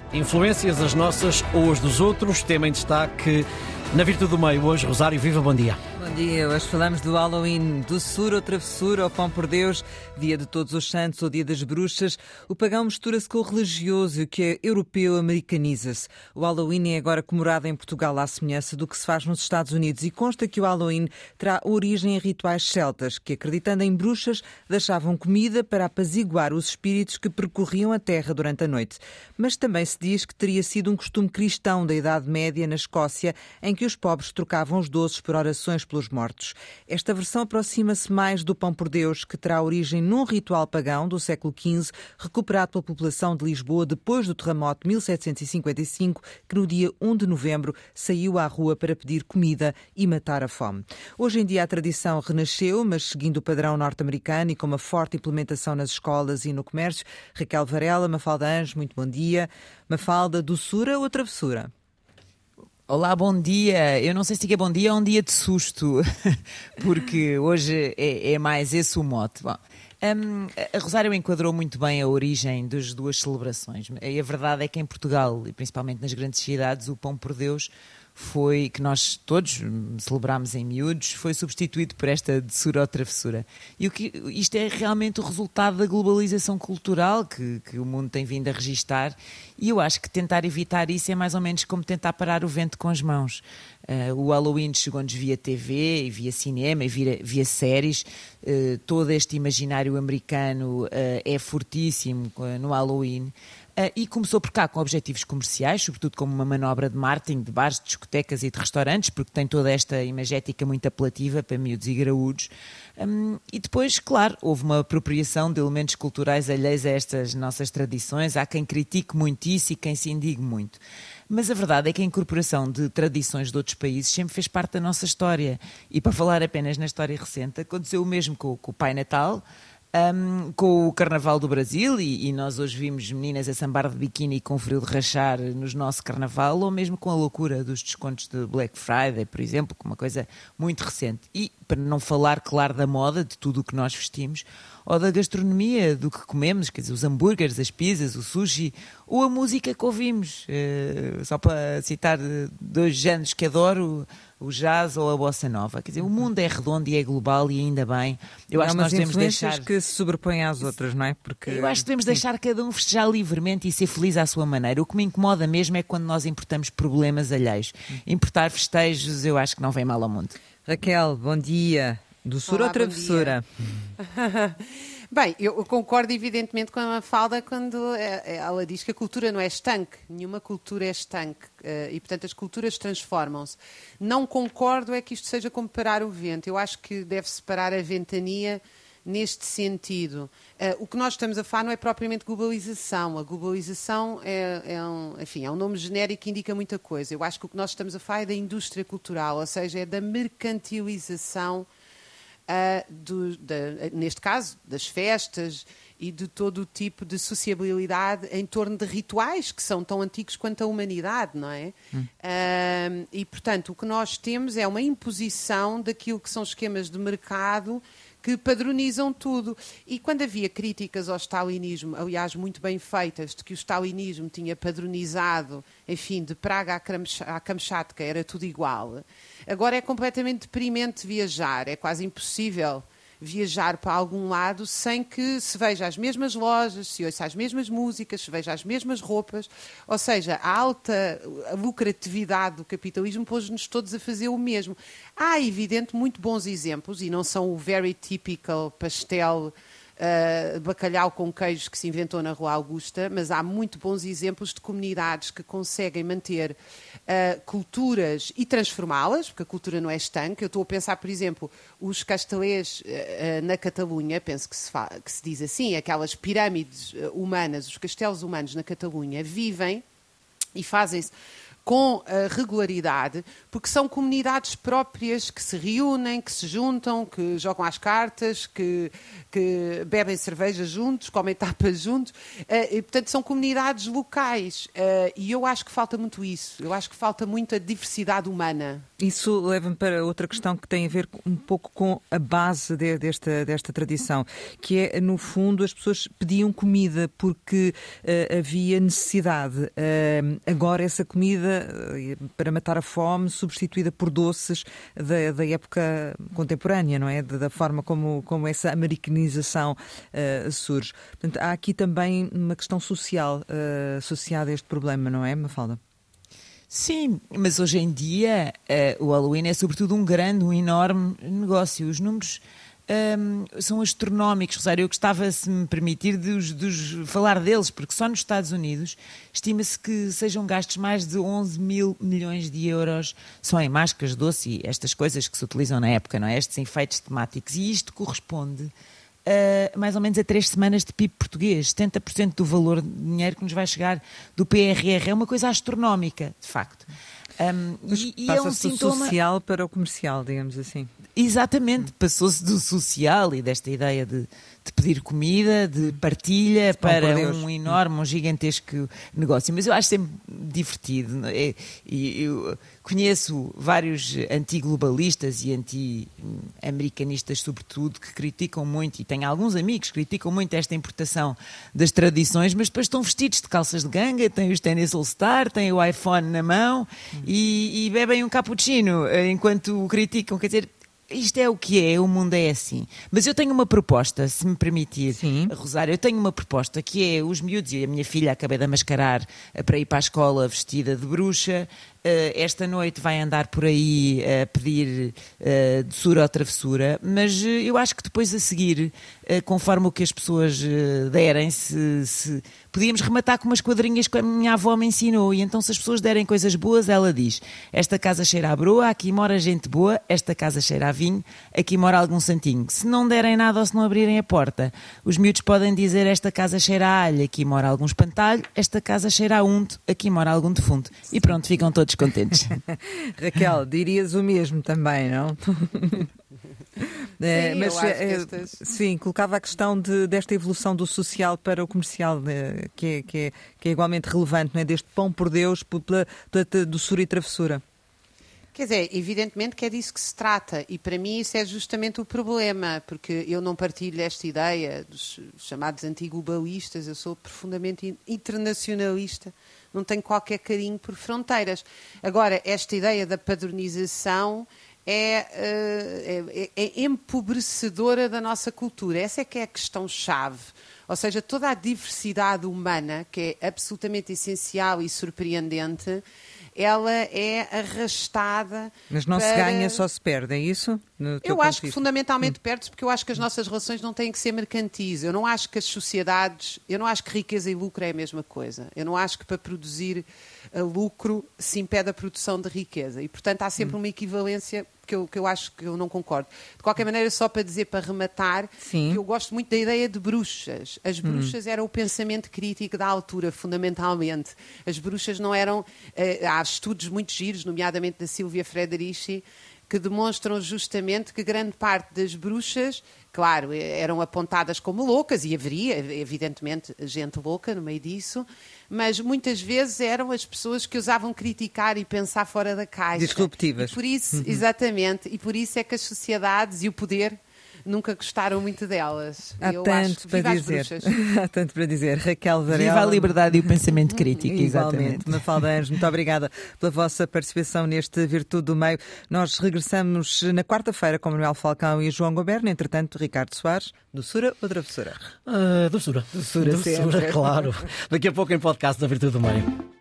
Influências as nossas ou as dos outros, tema em destaque na Virtude do Meio. Hoje, Rosário, viva, bom dia. Bom dia, hoje falamos do Halloween, doçura ou travessura, ou pão por Deus, dia de Todos os Santos ou dia das Bruxas. O pagão mistura-se com o religioso, que é europeu, americaniza-se. O Halloween é agora comemorado em Portugal à semelhança do que se faz nos Estados Unidos e consta que o Halloween terá origem em rituais celtas, que acreditando em bruxas, deixavam comida para apaziguar os espíritos que percorriam a terra durante a noite. Mas também se diz que teria sido um costume cristão da Idade Média na Escócia, em que os pobres trocavam os doces por orações pelos mortos. Esta versão aproxima-se mais do pão por Deus, que terá origem num ritual pagão do século XV, recuperado pela população de Lisboa depois do terremoto de 1755, que no dia 1 de novembro saiu à rua para pedir comida e matar a fome. Hoje em dia a tradição renasceu, mas seguindo o padrão norte-americano e com uma forte implementação nas escolas e no comércio. Raquel Varela, Mafalda Anjos, muito bom dia. Mafalda, doçura ou travessura? Olá, bom dia. Eu não sei se diga bom dia ou um dia de susto, porque hoje é mais esse o mote. Bom, a Rosário enquadrou muito bem a origem das duas celebrações. E a verdade é que em Portugal, e principalmente nas grandes cidades, o pão por Deus foi, que nós todos celebrámos em miúdos, foi substituído por esta doçura ou travessura. E isto é realmente o resultado da globalização cultural que o mundo tem vindo a registar, e eu acho que tentar evitar isso é mais ou menos como tentar parar o vento com as mãos. O Halloween chegou-nos via TV, e via cinema, e via séries. Todo este imaginário americano é fortíssimo no Halloween. E começou por cá com objetivos comerciais, sobretudo como uma manobra de marketing de bares, de discotecas e de restaurantes, porque tem toda esta imagética muito apelativa para miúdos e graúdos. E depois, claro, houve uma apropriação de elementos culturais alheios a estas nossas tradições. Há quem critique muito isso e quem se indigne muito. Mas a verdade é que a incorporação de tradições de outros países sempre fez parte da nossa história. E para falar apenas na história recente, aconteceu o mesmo com o Pai Natal, com o Carnaval do Brasil, e nós hoje vimos meninas a sambar de biquíni com frio de rachar no nosso Carnaval, ou mesmo com a loucura dos descontos de Black Friday, por exemplo, uma coisa muito recente. E para não falar, claro, da moda, de tudo o que nós vestimos, ou da gastronomia, do que comemos, quer dizer, os hambúrgueres, as pizzas, o sushi, ou a música que ouvimos. Só para citar dois géneros que adoro, o jazz ou a bossa nova. Quer dizer, o mundo é redondo e é global, e ainda bem. Eu acho que nós devemos deixar que se sobrepõem às outras, não é? Porque eu acho que devemos deixar cada um festejar livremente e ser feliz à sua maneira. O que me incomoda mesmo é quando nós importamos problemas alheios. Importar festejos, eu acho que não vem mal ao mundo. Raquel, bom dia. Doçura ou travessura? Bem, eu concordo evidentemente com a Mafalda quando ela diz que a cultura não é estanque, nenhuma cultura é estanque, e portanto as culturas transformam-se. Não concordo é que isto seja como parar o vento. Eu acho que deve-se parar a ventania neste sentido. O que nós estamos a falar não é propriamente globalização. A globalização é um nome genérico que indica muita coisa. Eu acho que o que nós estamos a falar é da indústria cultural, ou seja, é da mercantilização, neste caso, das festas e de todo o tipo de sociabilidade em torno de rituais que são tão antigos quanto a humanidade, não é? E, portanto, o que nós temos é uma imposição daquilo que são esquemas de mercado que padronizam tudo. E quando havia críticas ao stalinismo, aliás, muito bem feitas, de que o stalinismo tinha padronizado, enfim, de Praga a Kamchatka, era tudo igual. Agora é completamente deprimente viajar, é quase impossível viajar para algum lado sem que se veja as mesmas lojas, se ouça as mesmas músicas, se veja as mesmas roupas. Ou seja, a alta lucratividade do capitalismo pôs-nos todos a fazer o mesmo. Há, evidente, muito bons exemplos, e não são o very typical pastel bacalhau com queijo que se inventou na Rua Augusta, mas há muito bons exemplos de comunidades que conseguem manter culturas e transformá-las, porque a cultura não é estanque. Eu estou a pensar, por exemplo, os castelês na Catalunha, penso que se diz assim, aquelas pirâmides humanas, os castelos humanos na Catalunha, vivem e fazem-se com regularidade, porque são comunidades próprias que se reúnem, que se juntam, que jogam às cartas, que bebem cerveja juntos, comem tapas juntos, e, portanto, são comunidades locais. E eu acho que falta muito isso. Eu acho que falta muito a diversidade humana. Isso leva-me para outra questão que tem a ver um pouco com a base desta tradição, que é, no fundo, as pessoas pediam comida porque havia necessidade. Agora essa comida, para matar a fome, substituída por doces da época contemporânea, não é? Da forma como essa americanização surge. Portanto, há aqui também uma questão social associada a este problema, não é, Mafalda? Sim, mas hoje em dia o Halloween é sobretudo um enorme negócio. Os números são astronómicos, Rosário. Eu gostava, se me permitir, de falar deles, porque só nos Estados Unidos estima-se que sejam gastos mais de 11 mil milhões de euros só em máscaras, doce e estas coisas que se utilizam na época, não é? Estes enfeites temáticos. E isto corresponde mais ou menos a 3 semanas de PIB português. 70% do valor de dinheiro que nos vai chegar do PRR. É uma coisa astronómica, de facto. E é um sintoma... do social para o comercial, digamos assim. Exatamente, passou-se do social e desta ideia de pedir comida, de partilha, para um enorme, um gigantesco negócio. Mas eu acho sempre divertido. Eu conheço vários anti-globalistas e anti-americanistas, sobretudo, que criticam muito, e tenho alguns amigos que criticam muito esta importação das tradições, mas depois estão vestidos de calças de ganga, têm os ténis All-Star, têm o iPhone na mão e bebem um cappuccino enquanto o criticam. Quer dizer, isto é o que é, o mundo é assim. Mas eu tenho uma proposta, se me permitir, Rosário, eu tenho uma proposta que é os miúdos, e a minha filha acabei de mascarar para ir para a escola vestida de bruxa. Esta noite vai andar por aí a pedir doçura ou travessura, mas eu acho que depois a seguir, conforme o que as pessoas derem, se podíamos rematar com umas quadrinhas que a minha avó me ensinou, e então se as pessoas derem coisas boas, ela diz: esta casa cheira a broa, aqui mora gente boa, esta casa cheira a vinho, aqui mora algum santinho. Se não derem nada ou se não abrirem a porta, os miúdos podem dizer: esta casa cheira a alho, aqui mora algum espantalho, esta casa cheira a unto, aqui mora algum defunto. E pronto, ficam todos contentes. Raquel, dirias o mesmo também, não? Sim, mas eu acho que sim, colocava a questão desta evolução do social para o comercial, que é igualmente relevante, não é? Deste pão por Deus, pela doçura e travessura. Quer dizer, evidentemente que é disso que se trata, e para mim isso é justamente o problema, porque eu não partilho esta ideia dos chamados antiglobalistas. Eu sou profundamente internacionalista, não tenho qualquer carinho por fronteiras. Agora, esta ideia da padronização é empobrecedora da nossa cultura. Essa é que é a questão-chave. Ou seja, toda a diversidade humana, que é absolutamente essencial e surpreendente, ela é arrastada. Mas não se ganha, só se perde, é isso? Eu acho que fundamentalmente perde-se, porque eu acho que as nossas relações não têm que ser mercantis. Eu não acho que as sociedades, eu não acho que riqueza e lucro é a mesma coisa. Eu não acho que para produzir lucro se impede a produção de riqueza. E, portanto, há sempre uma equivalência que eu acho que eu não concordo. De qualquer maneira, só para dizer, para rematar, que eu gosto muito da ideia de bruxas. As bruxas eram o pensamento crítico da altura, fundamentalmente. As bruxas não eram... há estudos muito giros, nomeadamente da Silvia Frederici, que demonstram justamente que grande parte das bruxas, claro, eram apontadas como loucas, e haveria, evidentemente, gente louca no meio disso, mas muitas vezes eram as pessoas que usavam criticar e pensar fora da caixa. Disruptivas. E por isso, exatamente, e por isso é que as sociedades e o poder nunca gostaram muito delas. Há tanto para dizer. Há tanto para dizer. Raquel Varela. Viva a liberdade e o pensamento crítico, exatamente. Mafalda Anjos, muito obrigada pela vossa participação neste Virtude do Meio. Nós regressamos na quarta-feira com Manuel Falcão e João Goberno. Entretanto, Ricardo Soares, doçura ou travessura? Doçura. Doçura, claro. Daqui a pouco em podcast da Virtude do Meio.